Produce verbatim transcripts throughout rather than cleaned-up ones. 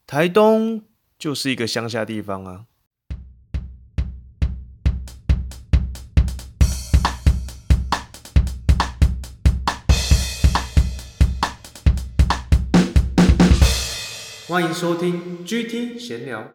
台东就是一个乡下地方啊。欢迎收听 G T 闲聊。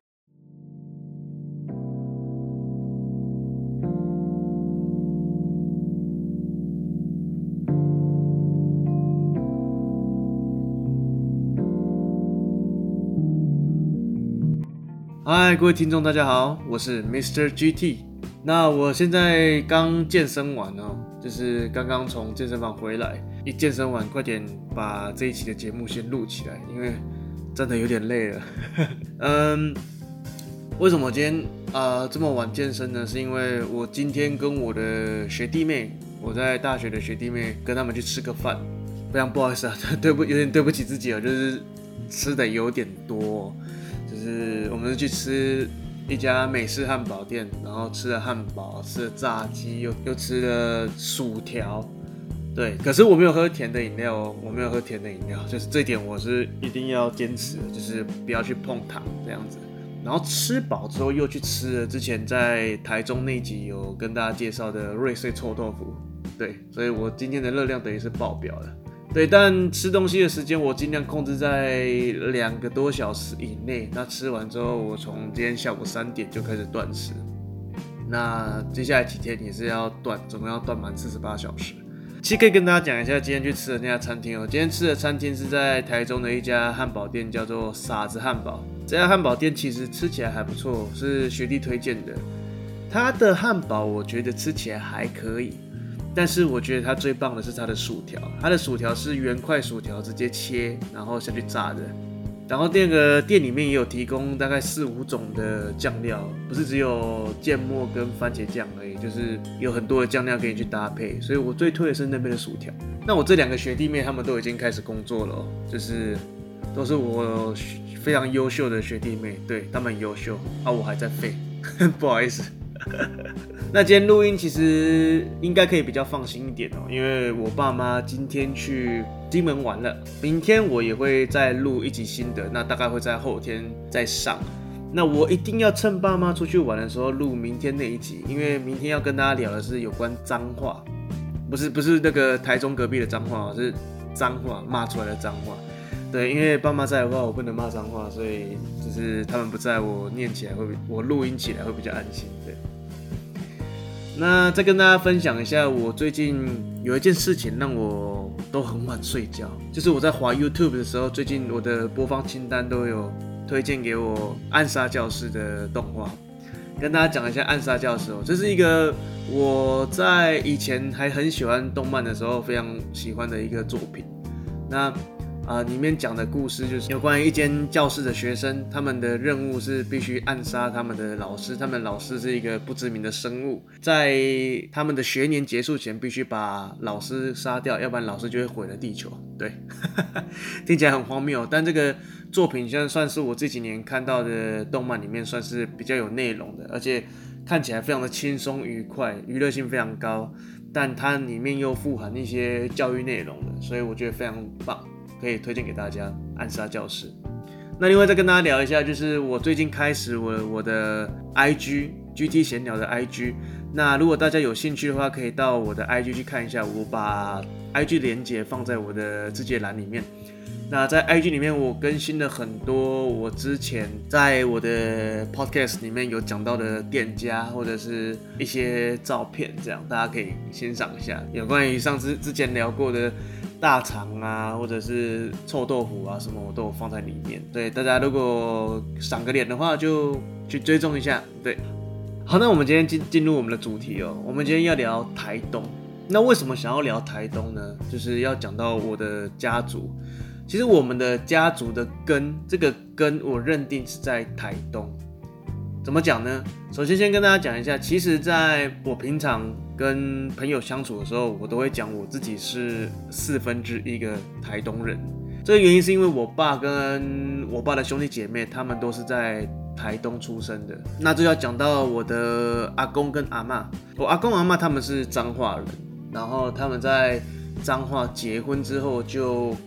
嗨，各位听众，大家好，我是 Mister G T。那我现在刚健身完哦，就是刚刚从健身房回来，一健身完，快点把这一期的节目先录起来，因为真的有点累了。嗯，为什么今天呃这么晚健身呢？是因为我今天跟我的学弟妹，我在大学的学弟妹跟他们去吃个饭，非常不好意思啊，对不有点对不起自己啊，就是吃的有点多。就是我们是去吃一家美式汉堡店，然后吃了汉堡，吃了炸鸡，又又吃了薯条，对。可是我没有喝甜的饮料哦，我没有喝甜的饮料，就是这一点我是一定要坚持的，就是不要去碰糖这样子。然后吃饱之后又去吃了之前在台中那集有跟大家介绍的瑞穗臭豆腐，对，所以我今天的热量等于是爆表了。对，但吃东西的时间我尽量控制在两个多小时以内。那吃完之后，我从今天下午三点就开始断食。那接下来几天也是要断，总共要断满四十八小时。其实可以跟大家讲一下今天去吃的那家餐厅哦。今天吃的餐厅是在台中的一家汉堡店，叫做傻子汉堡。这家汉堡店其实吃起来还不错，是学弟推荐的。它的汉堡我觉得吃起来还可以。但是我觉得它最棒的是它的薯条，它的薯条是原块薯条直接切，然后下去炸的。然后那个店里面也有提供大概四五种的酱料，不是只有芥末跟番茄酱而已，就是有很多的酱料可以去搭配。所以我最推的是那边的薯条。那我这两个学弟妹他们都已经开始工作了，就是都是我非常优秀的学弟妹，对，他们很优秀啊，我还在废，不好意思。那今天录音其实应该可以比较放心一点哦，因为我爸妈今天去金门玩了，明天我也会再录一集新的，那大概会在后天再上。那我一定要趁爸妈出去玩的时候录明天那一集，因为明天要跟大家聊的是有关脏话，不是不是那个台中隔壁的脏话，是脏话骂出来的脏话。对，因为爸妈在的话，我不能骂脏话，所以就是他们不在，我念起来会，我录音起来会比较安心。对。那再跟大家分享一下，我最近有一件事情让我都很晚睡觉，就是我在滑 YouTube 的时候，最近我的播放清单都有推荐给我暗杀教室的动画，跟大家讲一下暗杀教室哦，这是一个我在以前还很喜欢动漫的时候非常喜欢的一个作品。那啊、呃，里面讲的故事就是有关于一间教室的学生，他们的任务是必须暗杀他们的老师，他们的老师是一个不知名的生物，在他们的学年结束前必须把老师杀掉，要不然老师就会毁了地球。对，听起来很荒谬，但这个作品现在算是我这几年看到的动漫里面算是比较有内容的，而且看起来非常的轻松愉快，娱乐性非常高，但它里面又富含一些教育内容的，所以我觉得非常棒。可以推荐给大家暗杀教室。那另外再跟大家聊一下，就是我最近开始我我的 I G G T 闲聊的 I G。那如果大家有兴趣的话，可以到我的 I G 去看一下，我把 I G 连结放在我的字节栏里面。那在 I G 里面，我更新了很多我之前在我的 Podcast 里面有讲到的店家或者是一些照片，这样大家可以欣赏一下。有关于上次之前聊过的大肠啊，或者是臭豆腐啊，什么我都有放在里面。对，大家如果赏个脸的话，就去追踪一下。对，好，那我们今天进进入我们的主题哦。我们今天要聊台东。那为什么想要聊台东呢？就是要讲到我的家族。其实我们的家族的根，这个根我认定是在台东。怎么讲呢？首先先跟大家讲一下，其实在我平常跟朋友相处的时候，我都会讲我自己是四分之一个台东人。这个原因是因为我爸跟我爸的兄弟姐妹，他们都是在台东出生的。那就要讲到我的阿公跟阿嬷。我阿公阿嬷他们是彰化人，然后他们在彰化结婚之后就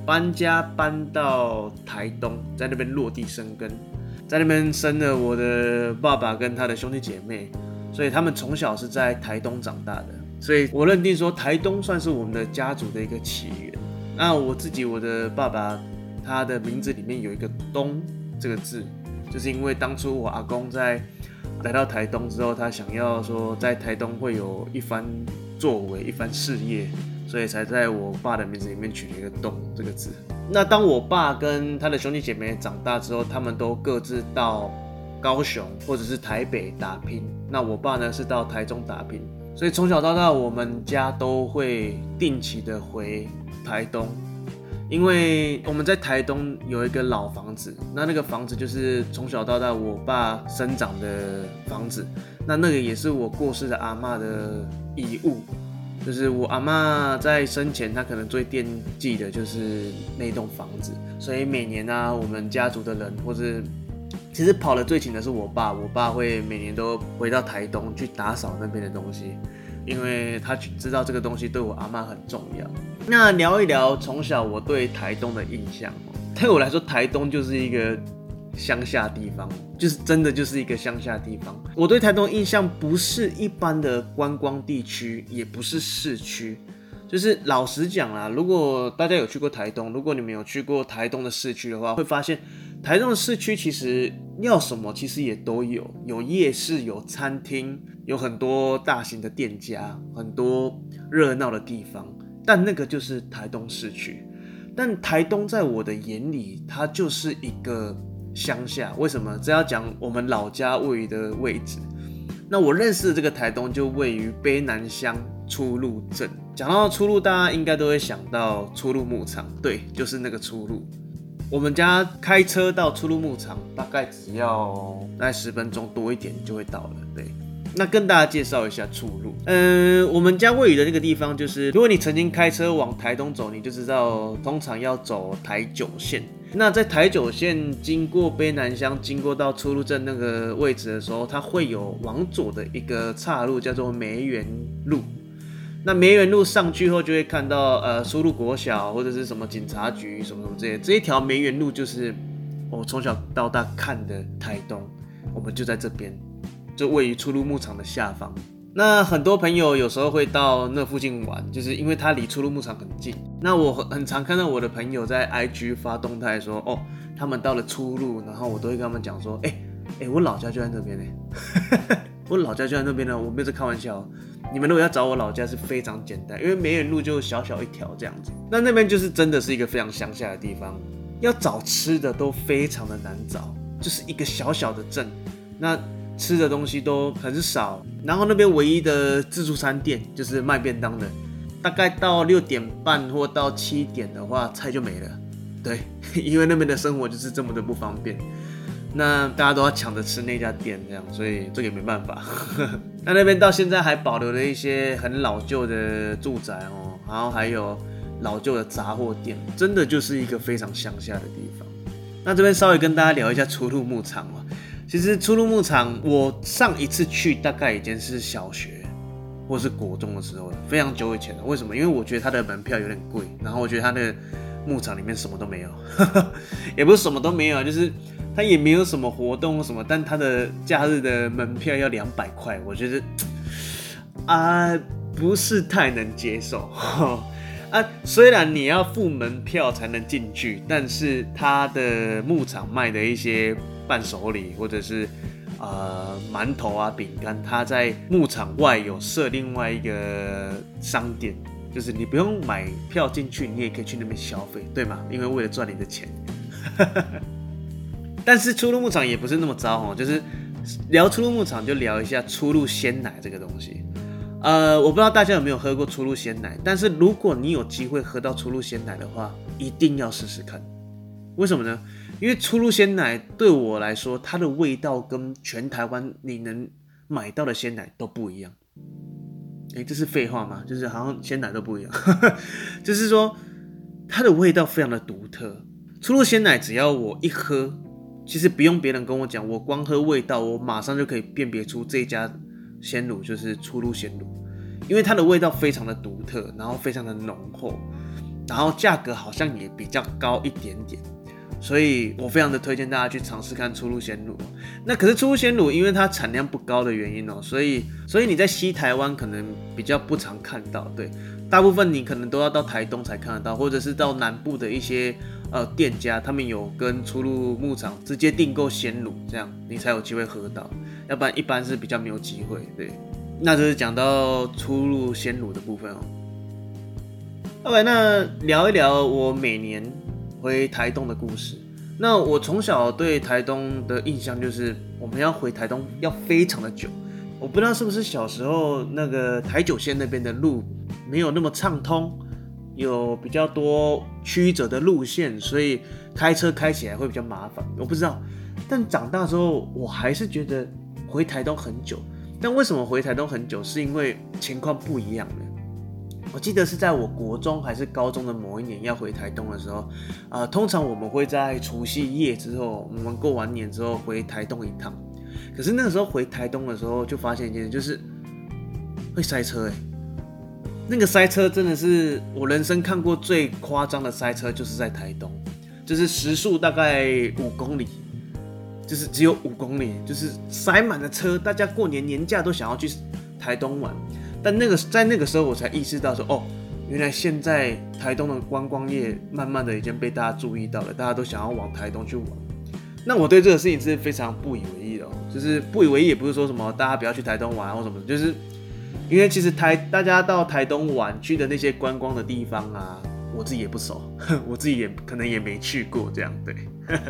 搬家搬到台东，在那边落地生根，在那边生了我的爸爸跟他的兄弟姐妹，所以他们从小是在台东长大的，所以我认定说台东算是我们的家族的一个起源。那我自己，我的爸爸他的名字里面有一个东这个字，就是因为当初我阿公在来到台东之后，他想要说在台东会有一番作为、一番事业，所以才在我爸的名字里面取了一个东这个字。那当我爸跟他的兄弟姐妹长大之后，他们都各自到高雄或者是台北打拼，那我爸呢是到台中打拼，所以从小到大我们家都会定期的回台东，因为我们在台东有一个老房子，那那个房子就是从小到大我爸生长的房子，那那个也是我过世的阿嬷的遗物，就是我阿嬷在生前她可能最惦记的就是那栋房子，所以每年啊我们家族的人或是其实跑得最勤的是我爸，我爸会每年都回到台东去打扫那边的东西，因为他知道这个东西对我阿嬷很重要。那聊一聊从小我对台东的印象，对我来说台东就是一个乡下地方，就是真的就是一个乡下地方。我对台东的印象不是一般的观光地区，也不是市区，就是老实讲啦，如果大家有去过台东，如果你们有去过台东的市区的话，会发现台东的市区其实要什么其实也都有，有夜市，有餐厅，有很多大型的店家，很多热闹的地方，但那个就是台东市区。但台东在我的眼里，它就是一个乡下。为什么？这要讲我们老家位于的位置。那我认识的这个台东就位于卑南乡初鹿镇。讲到初鹿，大家应该都会想到初鹿牧场，对，就是那个初鹿。我们家开车到初鹿牧场大概只要大概十分钟多一点就会到了。对，那跟大家介绍一下初鹿。嗯，我们家位于的那个地方，就是如果你曾经开车往台东走，你就知道通常要走台九线。那在台九线经过卑南乡，经过到初鹿镇那个位置的时候，它会有往左的一个岔路，叫做梅园路。那梅园路上去后，就会看到呃初鹿国小或者是什么警察局什么什么之类的。这一条梅园路就是我从小到大看的台东，我们就在这边，就位于初鹿牧场的下方。那很多朋友有时候会到那附近玩，就是因为它离初鹿牧场很近。那我很常看到我的朋友在 I G 发动态说，哦，他们到了初鹿，然后我都会跟他们讲说，哎、欸、哎、欸，我老家就在那边呢、欸，我老家就在那边呢，我没有在开玩笑。你们如果要找我老家是非常简单，因为梅园路就小小一条这样子。那那边就是真的是一个非常乡下的地方，要找吃的都非常的难找，就是一个小小的镇，那吃的东西都很少。然后那边唯一的自助餐店就是卖便当的，大概到六点半或到七点的话，菜就没了。对，因为那边的生活就是这么的不方便。那大家都要抢着吃那家店，这样，所以这个也没办法。那那边到现在还保留了一些很老旧的住宅哦，然后还有老旧的杂货店，真的就是一个非常乡下的地方。那这边稍微跟大家聊一下初鹿牧场哦。其实初鹿牧场我上一次去大概已经是小学或是国中的时候了，非常久以前了。为什么？因为我觉得它的门票有点贵，然后我觉得它的牧场里面什么都没有，也不是什么都没有，就是它也没有什么活动什么，但它的假日的门票要两百块，我觉得啊不是太能接受啊。虽然你要付门票才能进去，但是它的牧场卖的一些伴手礼或者是呃馒头啊饼干，它在牧场外有设另外一个商店，就是你不用买票进去，你也可以去那边消费，对吗？因为为了赚你的钱。但是初鹿牧场也不是那么糟哦，就是聊初鹿牧场就聊一下初鹿鲜奶这个东西。呃，我不知道大家有没有喝过初鹿鲜奶，但是如果你有机会喝到初鹿鲜奶的话，一定要试试看。为什么呢？因为初鹿鲜奶对我来说，它的味道跟全台湾你能买到的鲜奶都不一样。哎，这是废话吗？就是好像鲜奶都不一样，就是说它的味道非常的独特。初鹿鲜奶只要我一喝，其实不用别人跟我讲，我光喝味道，我马上就可以辨别出这家鲜乳就是初鹿鲜乳，因为它的味道非常的独特，然后非常的浓厚。 然后价格好像也比较高一点点，所以我非常的推荐大家去尝试看初鹿鲜乳。那可是初鹿鲜乳因为它产量不高的原因哦，所以所以你在西台湾可能比较不常看到，对，大部分你可能都要到台东才看得到，或者是到南部的一些呃店家，他们有跟初鹿牧场直接订购鲜乳，这样你才有机会喝到，要不然一般是比较没有机会。对，那就是讲到初鹿鲜乳的部分哦。OK， 那聊一聊我每年回台东的故事。那我从小对台东的印象就是我们要回台东要非常的久，我不知道是不是小时候那个台九线那边的路没有那么畅通，有比较多曲折的路线，所以开车开起来会比较麻烦，我不知道。但长大之后我还是觉得回台东很久，但为什么回台东很久，是因为情况不一样了。我记得是在我国中还是高中的某一年要回台东的时候，呃，通常我们会在除夕夜之后，我们过完年之后回台东一趟。可是那个时候回台东的时候，就发现一件事，就是会塞车哎。那个塞车真的是我人生看过最夸张的塞车，就是在台东，就是时速大概五公里，就是只有五公里，就是塞满了车，大家过年年假都想要去台东玩。但那个在那个时候我才意识到说，哦，原来现在台东的观光业慢慢的已经被大家注意到了，大家都想要往台东去玩。那我对这个事情是非常不以为意的哦，就是不以为意也不是说什么大家不要去台东玩或什么，就是因为其实台大家到台东玩去的那些观光的地方啊，我自己也不熟，我自己也可能也没去过这样，对。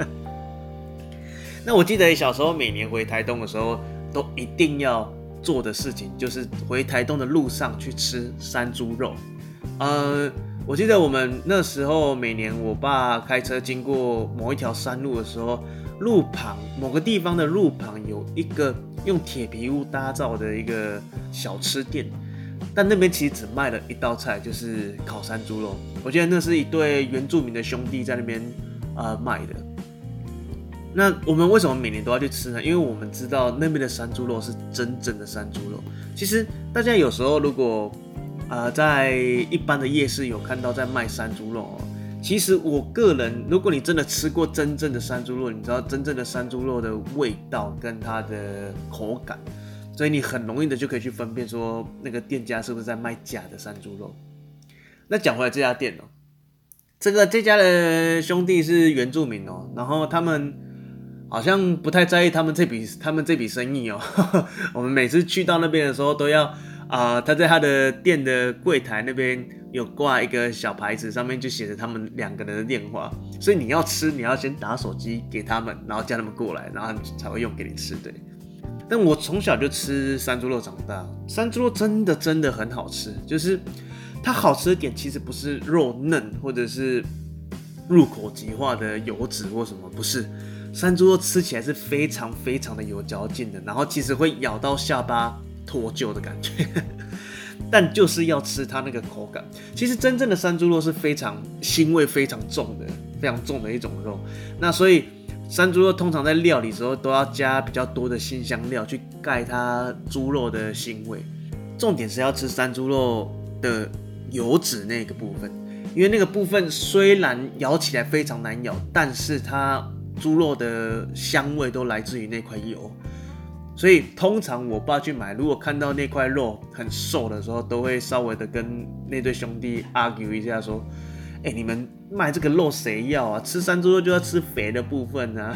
那我记得小时候每年回台东的时候，都一定要做的事情就是回台东的路上去吃山猪肉。呃，我记得我们那时候每年我爸开车经过某一条山路的时候，路旁某个地方的路旁有一个用铁皮屋打造的一个小吃店，但那边其实只卖了一道菜，就是烤山猪肉。我记得那是一对原住民的兄弟在那边呃卖的。那我们为什么每年都要去吃呢？因为我们知道那边的山猪肉是真正的山猪肉。其实大家有时候如果呃在一般的夜市有看到在卖山猪肉哦，其实我个人，如果你真的吃过真正的山猪肉，你知道真正的山猪肉的味道跟它的口感，所以你很容易的就可以去分辨说那个店家是不是在卖假的山猪肉。那讲回来这家店哦，这个这家的兄弟是原住民哦，然后他们好像不太在意他们这笔他们这笔生意哦。我们每次去到那边的时候，都要啊、呃，他在他的店的柜台那边有挂一个小牌子，上面就写着他们两个人的电话，所以你要吃，你要先打手机给他们，然后叫他们过来，然后他们才会用给你吃。对，但我从小就吃山猪肉长大，山猪肉真的真的很好吃，就是它好吃的点其实不是肉嫩或者是入口即化的油脂或什么，不是。山猪肉吃起来是非常非常的有嚼劲的，然后其实会咬到下巴脱臼的感觉，但就是要吃它那个口感。其实真正的山猪肉是非常腥味非常重的，非常重的一种肉。那所以山猪肉通常在料理的时候都要加比较多的辛香料去盖它猪肉的腥味。重点是要吃山猪肉的油脂那个部分，因为那个部分虽然咬起来非常难咬，但是它猪肉的香味都来自于那块油，所以通常我爸去买，如果看到那块肉很瘦的时候，都会稍微的跟那对兄弟 argue 一下说，哎、欸，你们卖这个肉谁要啊？吃山猪肉就要吃肥的部分啊。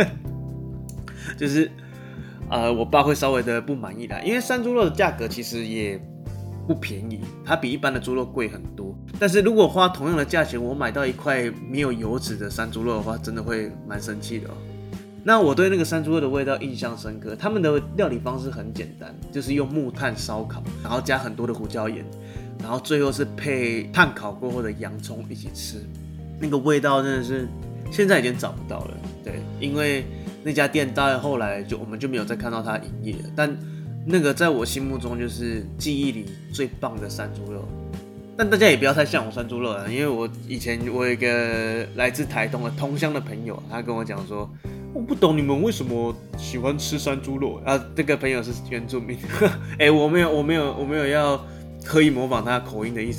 就是呃，我爸会稍微的不满意啦，因为山猪肉的价格其实也不便宜，它比一般的猪肉贵很多。但是如果花同样的价钱，我买到一块没有油脂的山猪肉的话，真的会蛮生气的哦。那我对那个山猪肉的味道印象深刻，他们的料理方式很简单，就是用木炭烧烤，然后加很多的胡椒盐，然后最后是配炭烤过后的洋葱一起吃，那个味道真的是现在已经找不到了。对，因为那家店到后来就我们就没有再看到它营业了，但那个在我心目中就是记忆里最棒的山猪肉。但大家也不要太向往山猪肉了，因为我以前我有一个来自台东的同乡的朋友，他跟我讲说，我不懂你们为什么喜欢吃山猪肉啊。这个朋友是原住民，哎、欸，我没有我没有我没有要刻意模仿他口音的意思哦，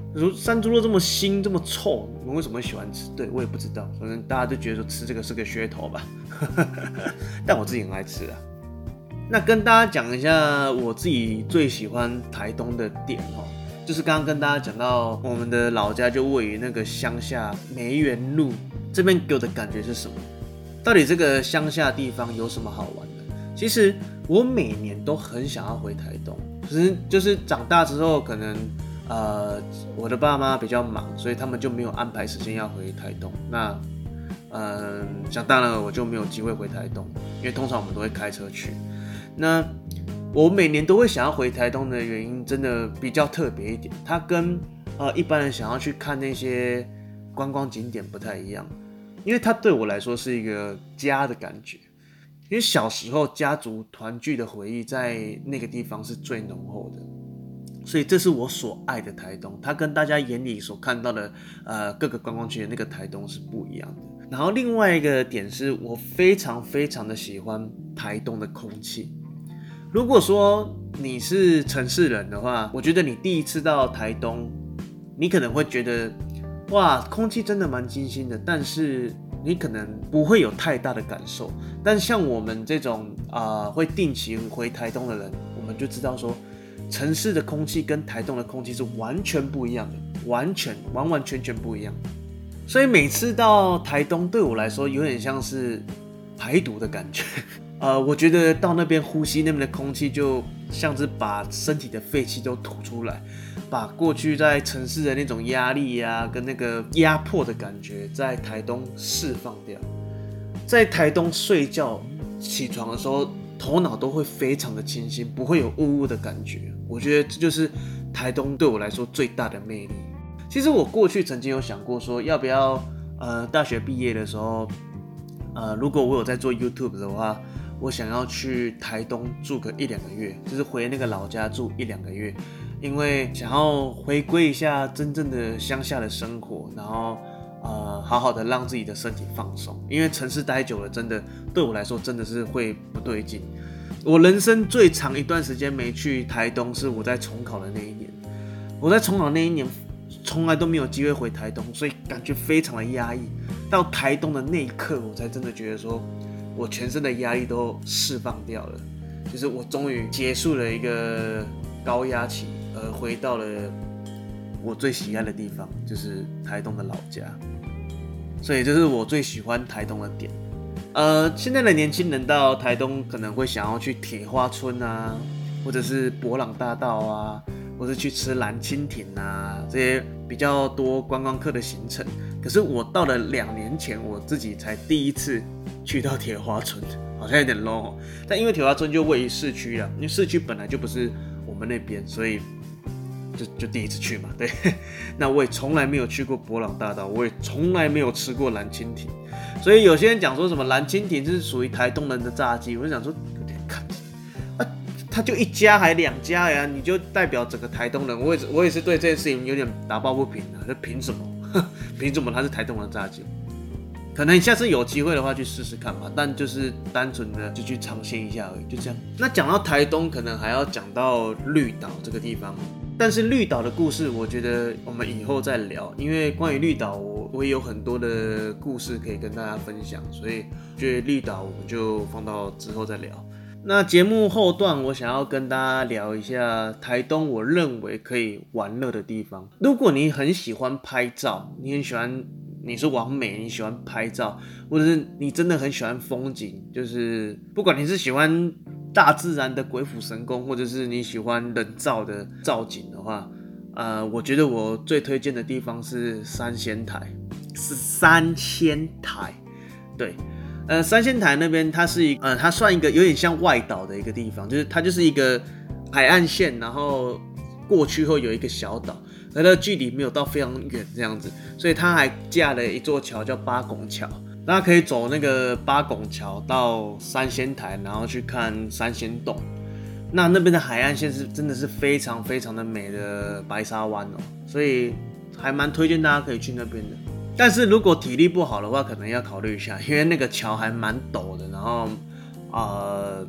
说山猪肉这么腥这么臭，你们为什么会喜欢吃？对我也不知道，可能大家都觉得说吃这个是个噱头吧。但我自己很爱吃啊。那跟大家讲一下我自己最喜欢台东的点哦，就是刚刚跟大家讲到我们的老家就位于那个乡下梅园路这边，给我的感觉是什么？到底这个乡下地方有什么好玩的？其实我每年都很想要回台东，可是就是长大之后，可能呃我的爸妈比较忙，所以他们就没有安排时间要回台东。那嗯，想当然我就没有机会回台东，因为通常我们都会开车去。那我每年都会想要回台东的原因，真的比较特别一点，它跟呃一般人想要去看那些观光景点不太一样，因为它对我来说是一个家的感觉。因为小时候家族团聚的回忆在那个地方是最浓厚的，所以这是我所爱的台东，它跟大家眼里所看到的呃各个观光区的那个台东是不一样的。然后另外一个点是我非常非常的喜欢台东的空气。如果说你是城市人的话，我觉得你第一次到台东，你可能会觉得哇，空气真的蛮清新的，但是你可能不会有太大的感受。但像我们这种啊、呃、会定期回台东的人，我们就知道说，城市的空气跟台东的空气是完全不一样的，完全完完全全不一样。所以每次到台东对我来说，有点像是排毒的感觉。呃，我觉得到那边呼吸那边的空气，就像是把身体的废气都吐出来，把过去在城市的那种压力啊，跟那个压迫的感觉，在台东释放掉。在台东睡觉起床的时候，头脑都会非常的清新，不会有雾雾的感觉。我觉得这就是台东对我来说最大的魅力。其实我过去曾经有想过说，要不要呃大学毕业的时候，呃如果我有在做 YouTube 的话，我想要去台东住个一两个月，就是回那个老家住一两个月，因为想要回归一下真正的乡下的生活，然后呃好好的让自己的身体放松。因为城市待久了，真的对我来说真的是会不对劲。我人生最长一段时间没去台东，是我在重考的那一年。我在重考那一年，从来都没有机会回台东，所以感觉非常的压抑。到台东的那一刻，我才真的觉得说，我全身的压力都释放掉了，就是我终于结束了一个高压期，而回到了我最喜爱的地方，就是台东的老家。所以这是我最喜欢台东的点。呃，现在的年轻人到台东可能会想要去铁花村啊，或者是伯朗大道啊，或是去吃蓝蜻蜓啊，这些比较多观光客的行程。可是我到了两年前，我自己才第一次去到铁花村，好像有点 low 哦。但因为铁花村就位于市区啦，因为市区本来就不是我们那边，所以就就第一次去嘛。对，那我也从来没有去过伯朗大道，我也从来没有吃过蓝蜻蜓。所以有些人讲说什么蓝蜻蜓是属于台东人的炸鸡，我就想说，啊，他就一家还两家呀，你就代表整个台东人。我也我也是对这件事情有点打抱不平啊，就凭什么？凭什么他是台东人的炸鸡？可能下次有机会的话去试试看吧，但就是单纯的就去尝鲜一下而已，就这样。那讲到台东，可能还要讲到绿岛这个地方，但是绿岛的故事，我觉得我们以后再聊，因为关于绿岛我，我也有很多的故事可以跟大家分享，所以觉得绿岛我们就放到之后再聊。那节目后段，我想要跟大家聊一下台东我认为可以玩乐的地方。如果你很喜欢拍照，你很喜欢，你是网美，你喜欢拍照，或者是你真的很喜欢风景，就是不管你是喜欢大自然的鬼斧神工，或者是你喜欢人造的造景的话，呃，我觉得我最推荐的地方是三仙台，是三仙台，对。呃，三仙台那边它是一呃，它算一个有点像外岛的一个地方，就是它就是一个海岸线，然后过去后有一个小岛，它的距离没有到非常远这样子，所以它还架了一座桥叫八拱桥，大家可以走那个八拱桥到三仙台，然后去看三仙洞。那那边的海岸线是真的是非常非常的美的白沙湾哦，所以还蛮推荐大家可以去那边的。但是如果体力不好的话，可能要考虑一下，因为那个桥还蛮陡的，然后呃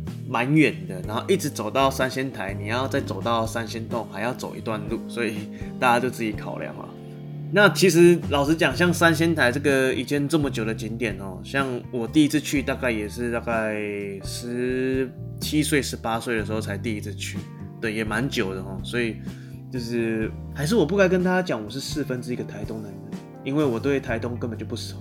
蛮远的，然后一直走到三仙台，你要再走到三仙洞还要走一段路，所以大家就自己考量了。那其实老实讲，像三仙台这个已经这么久的景点哦，像我第一次去大概也是大概十七岁、十八岁的时候才第一次去，对，也蛮久的哦。所以就是还是我不该跟大家讲我是四分之一个台东男人，因为我对台东根本就不熟，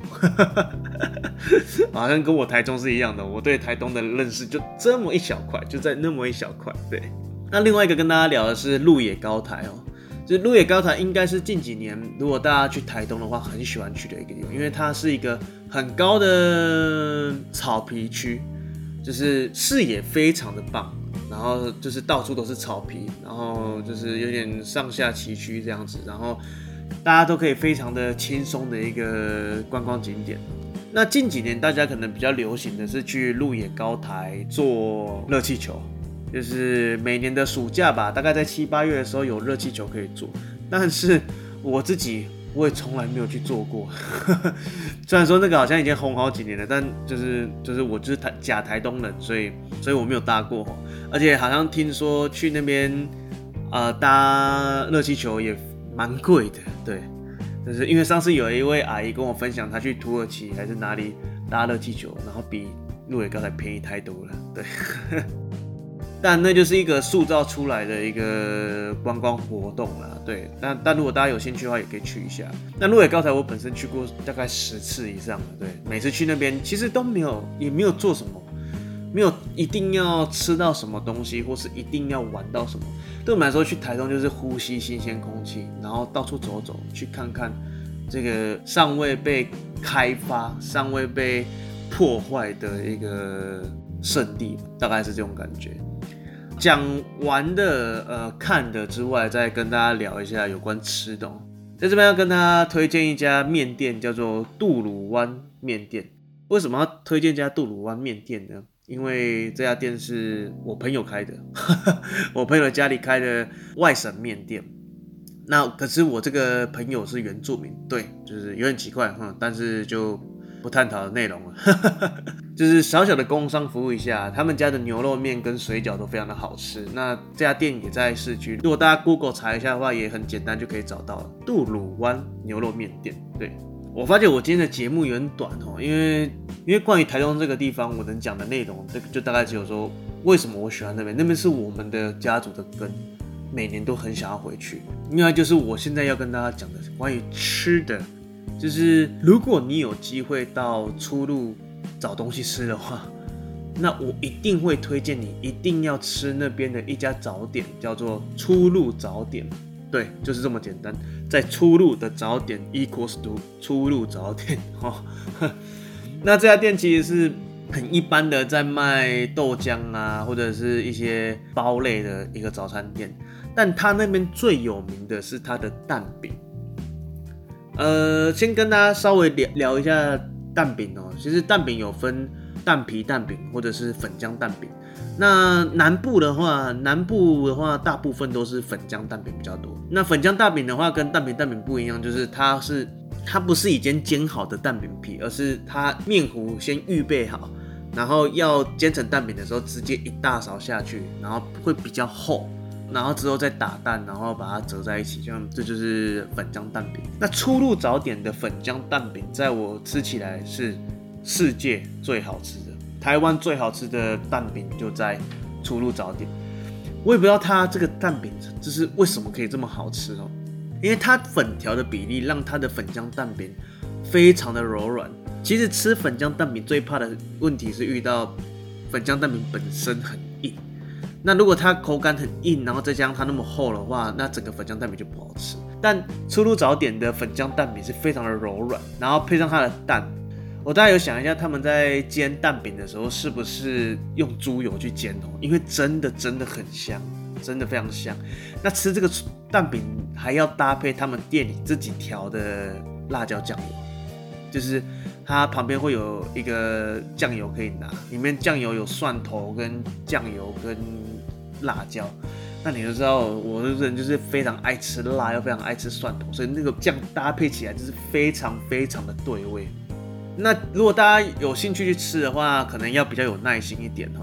好像跟我台中是一样的，我对台东的认识就这么一小块，就在那么一小块。对，那另外一个跟大家聊的是鹿野高台哦。就是鹿野高台应该是近几年，如果大家去台东的话，很喜欢去的一个地方，因为它是一个很高的草皮区，就是视野非常的棒，然后就是到处都是草皮，然后就是有点上下崎岖这样子，然后大家都可以非常的轻松的一个观光景点。那近几年大家可能比较流行的是去鹿野高台坐热气球。就是每年的暑假吧，大概在七八月的时候有热气球可以坐，但是我自己我也从来没有去坐过。虽然说那个好像已经红好几年了，但就是就是我就是台假台东人，所以所以我没有搭过，而且好像听说去那边呃搭热气球也蛮贵的，对，就是因为上次有一位阿姨跟我分享，她去土耳其还是哪里搭热气球，然后比鹿野高台便宜太多了，对。但那就是一个塑造出来的一个观光活动啦，对。但但如果大家有兴趣的话，也可以去一下。那鹿野高台我本身去过大概十次以上了，对。每次去那边其实都没有，也没有做什么，没有一定要吃到什么东西，或是一定要玩到什么。对我们来说，去台东就是呼吸新鲜空气，然后到处走走，去看看这个尚未被开发、尚未被破坏的一个圣地，大概是这种感觉。讲完的、呃看的之外，再跟大家聊一下有关吃的哦。在这边要跟大家推荐一家面店，叫做杜鲁湾面店。为什么要推荐这家杜鲁湾面店呢？因为这家店是我朋友开的，我朋友家里开的外省面店。那可是我这个朋友是原住民，对，就是有点奇怪，嗯，但是就不探讨的内容了。就是小小的工商服务一下，他们家的牛肉面跟水饺都非常的好吃。那这家店也在市区，如果大家 Google 查一下的话，也很简单就可以找到了。杜鲁湾牛肉面店。对，我发现我今天的节目有点短哦，因为因为关于台东这个地方，我能讲的内容，这个就大概只有说为什么我喜欢那边，那边是我们的家族的根，每年都很想要回去。另外就是我现在要跟大家讲的关于吃的。就是如果你有机会到初鹿找东西吃的话，那我一定会推荐你一定要吃那边的一家早点，叫做初鹿早点。对，就是这么简单，在初鹿的早点 equals to 初鹿早点、哦、那这家店其实是很一般的在卖豆浆啊，或者是一些包类的一个早餐店，但它那边最有名的是它的蛋饼。呃，先跟大家稍微 聊, 聊一下蛋饼哦。其实蛋饼有分蛋皮蛋饼或者是粉浆蛋饼。那南部的话，南部的话大部分都是粉浆蛋饼比较多。那粉浆蛋饼的话，跟蛋皮蛋饼不一样，就是它是它不是已经煎好的蛋饼皮，而是它面糊先预备好，然后要煎成蛋饼的时候，直接一大勺下去，然后会比较厚。然后之后再打蛋，然后把它折在一起，这样这就是粉浆蛋饼。那初鹿早点的粉浆蛋饼，在我吃起来是世界最好吃的，台湾最好吃的蛋饼就在初鹿早点。我也不知道它这个蛋饼就是为什么可以这么好吃哦，因为它粉条的比例让它的粉浆蛋饼非常的柔软。其实吃粉浆蛋饼最怕的问题是遇到粉浆蛋饼本身很硬。那如果它口感很硬，然后再加上它那么厚的话，那整个粉浆蛋饼就不好吃。但初鹿早点的粉浆蛋饼是非常的柔软，然后配上它的蛋，我大概有想一下，他们在煎蛋饼的时候是不是用猪油去煎哦？因为真的真的很香，真的非常香。那吃这个蛋饼还要搭配他们店里自己调的辣椒酱油，就是它旁边会有一个酱油可以拿，里面酱油有蒜头跟酱油跟辣椒。那你就知道我的人就是非常爱吃辣又非常爱吃蒜头，所以那个酱搭配起来就是非常非常的对味。那如果大家有兴趣去吃的话，可能要比较有耐心一点哈。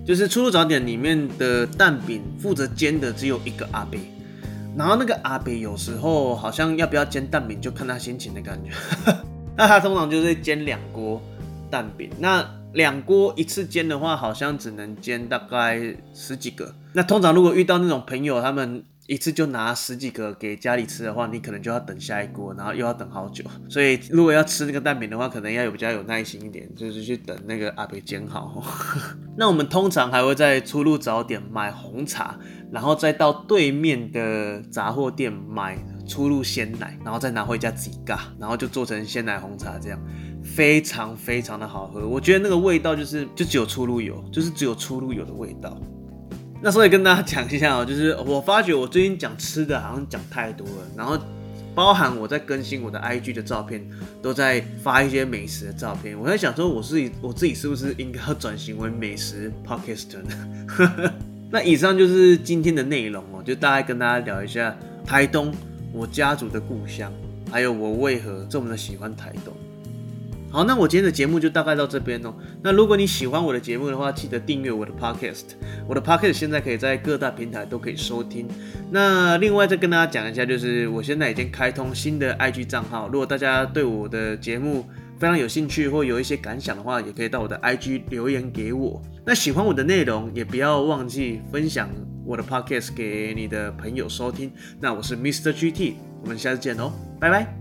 就是出入早点里面的蛋饼负责煎的只有一个阿伯，然后那个阿伯有时候好像要不要煎蛋饼就看他心情的感觉。那他通常就是煎两锅蛋饼，那两锅一次煎的话，好像只能煎大概十几个。那通常如果遇到那种朋友，他们一次就拿十几个给家里吃的话，你可能就要等下一锅，然后又要等好久。所以如果要吃那个蛋饼的话，可能要有比较有耐心一点，就是去等那个阿伯煎好。那我们通常还会在出入早点买红茶，然后再到对面的杂货店买出入鲜奶，然后再拿回家自己尬，然后就做成鲜奶红茶，这样非常非常的好喝。我觉得那个味道就是就只有出入有，就是只有出入有的味道。那所以跟大家讲一下哦，就是我发觉我最近讲吃的好像讲太多了，然后包含我在更新我的 I G 的照片，都在发一些美食的照片。我在想说，我是我自己是不是应该要转型为美食 podcaster 呢？那以上就是今天的内容哦，就大概跟大家聊一下台东，我家族的故乡，还有我为何这么的喜欢台东。好，那我今天的节目就大概到这边哦。那如果你喜欢我的节目的话，记得订阅我的 podcast。我的 podcast 现在可以在各大平台都可以收听。那另外再跟大家讲一下，就是我现在已经开通新的 I G 账号，如果大家对我的节目非常有兴趣或有一些感想的话，也可以到我的 I G 留言给我。那喜欢我的内容，也不要忘记分享我的 podcast 给你的朋友收听。那我是 Mister G T， 我们下次见哦，拜拜。